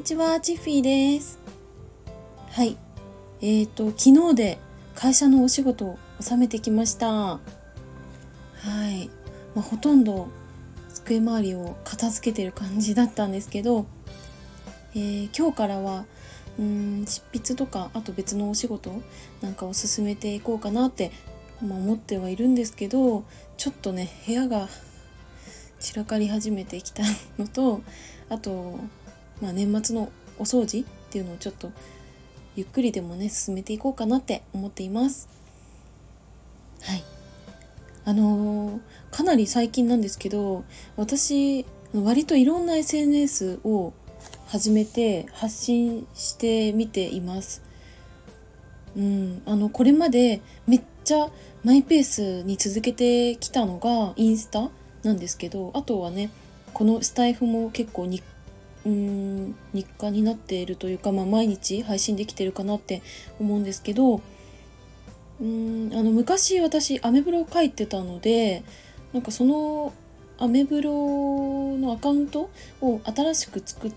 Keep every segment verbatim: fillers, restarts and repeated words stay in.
ちは、チッフィーです。はい、えーと昨日で会社のお仕事を収めてきました。はい、まあ、ほとんど机周りを片付けてる感じだったんですけど、えー今日からはうーん執筆とか、あと別のお仕事なんかを進めていこうかなって、まあ、思ってはいるんですけど、ちょっとね部屋が散らかり始めてきたのと、あと、まあ、年末のお掃除っていうのをちょっとゆっくりでもね進めていこうかなって思っています。はい、あのーかなり最近なんですけど、私割といろんな エスエヌエス を始めて発信してみています。うん、あのこれまでめっちゃマイペースに続けてきたのがインスタなんですけど、あとはねこのスタイフも結構にうーん日課になっているというか、まあ、毎日配信できてるかなって思うんですけど、うーんあの昔私アメブロを書いてたので、なんかそのアメブロのアカウントを新しく作って、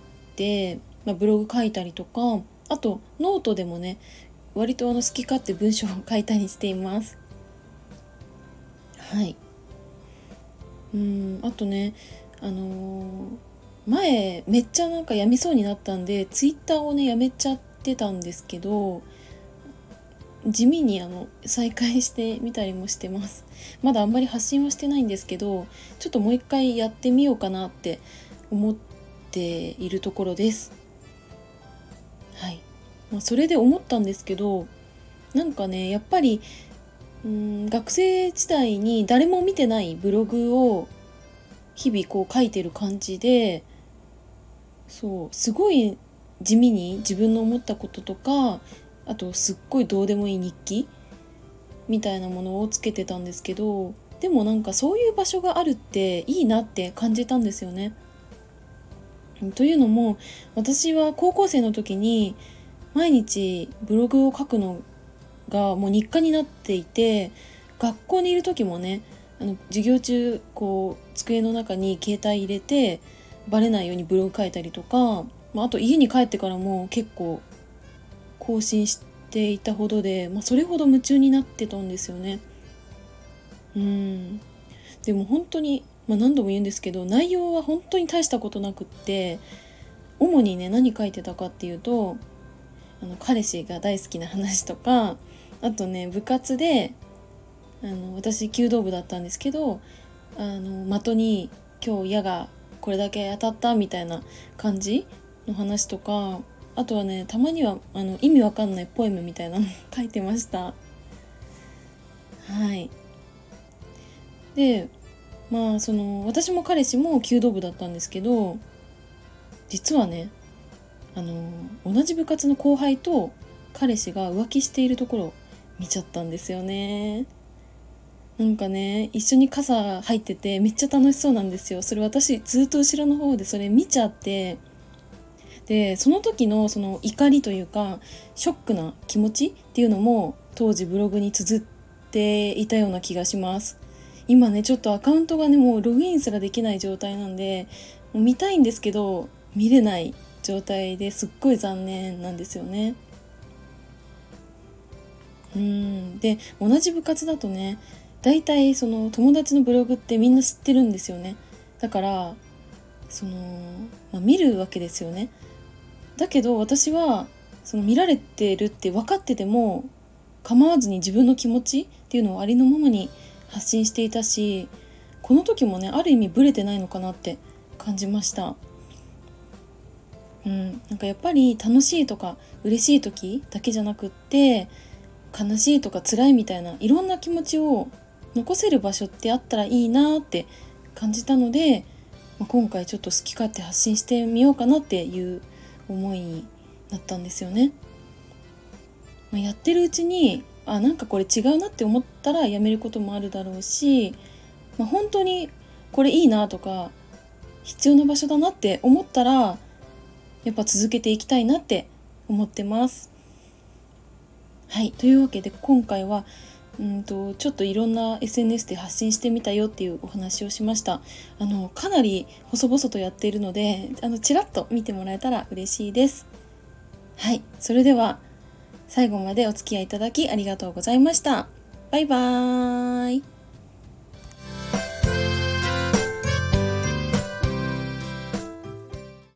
まあ、ブログ書いたりとか、あとノートでもね割とあの好き勝手文章を書いたりしています。はい。うーんあとね、あのー前めっちゃなんかやみそうになったんでツイッターをねやめちゃってたんですけど、地味にあの再開してみたりもしてます。まだあんまり発信はしてないんですけど、ちょっともう一回やってみようかなって思っているところです。はい。まあ、それで思ったんですけど、なんかねやっぱりうーん学生時代に誰も見てないブログを日々こう書いてる感じで、そうすごい地味に自分の思ったこととか、あとすっごいどうでもいい日記みたいなものをつけてたんですけど、でもなんかそういう場所があるっていいなって感じたんですよね。というのも、私は高校生の時に毎日ブログを書くのがもう日課になっていて、学校にいる時もね、あの授業中こう机の中に携帯入れてバレないようにブログ書いたりとか、まあ、あと家に帰ってからも結構更新していたほどで、まあ、それほど夢中になってたんですよね。うんでも本当に、まあ、何度も言うんですけど、内容は本当に大したことなくって、主にね何書いてたかっていうと、あの彼氏が大好きな話とか、あとね部活であの私弓道部だったんですけど、あの的に今日矢がこれだけ当たったみたいな感じの話とか、あとはねたまにはあの意味わかんないポエムみたいなの書いてました。はい。でまあその私も彼氏も弓道部だったんですけど、実はねあの同じ部活の後輩と彼氏が浮気しているところを見ちゃったんですよね。なんかね一緒に傘入っててめっちゃ楽しそうなんですよ。それ私ずっと後ろの方でそれ見ちゃって、でその時のその怒りというかショックな気持ちっていうのも当時ブログに綴っていたような気がします。今ねちょっとアカウントがねもうログインすらできない状態なんで、もう見たいんですけど見れない状態ですっごい残念なんですよね。うんで同じ部活だとね、だいたいその友達のブログってみんな知ってるんですよね。だからその、まあ、見るわけですよね。だけど私はその見られてるって分かってても構わずに自分の気持ちっていうのをありのままに発信していたし、この時もねある意味ブレてないのかなって感じました。うん、なんかやっぱり楽しいとか嬉しい時だけじゃなくって、悲しいとか辛いみたいないろんな気持ちを残せる場所ってあったらいいなって感じたので、まあ、今回ちょっと好き勝手発信してみようかなっていう思いになったんですよね。まあ、やってるうちにあなんかこれ違うなって思ったらやめることもあるだろうし、まあ、本当にこれいいなとか必要な場所だなって思ったらやっぱ続けていきたいなって思ってます。はい、というわけで今回はうんとちょっといろんな エスエヌエス で発信してみたよっていうお話をしました。あのかなり細々とやっているので、あのちらっと見てもらえたら嬉しいです。はい、それでは最後までお付き合いいただきありがとうございました。バイバーイ。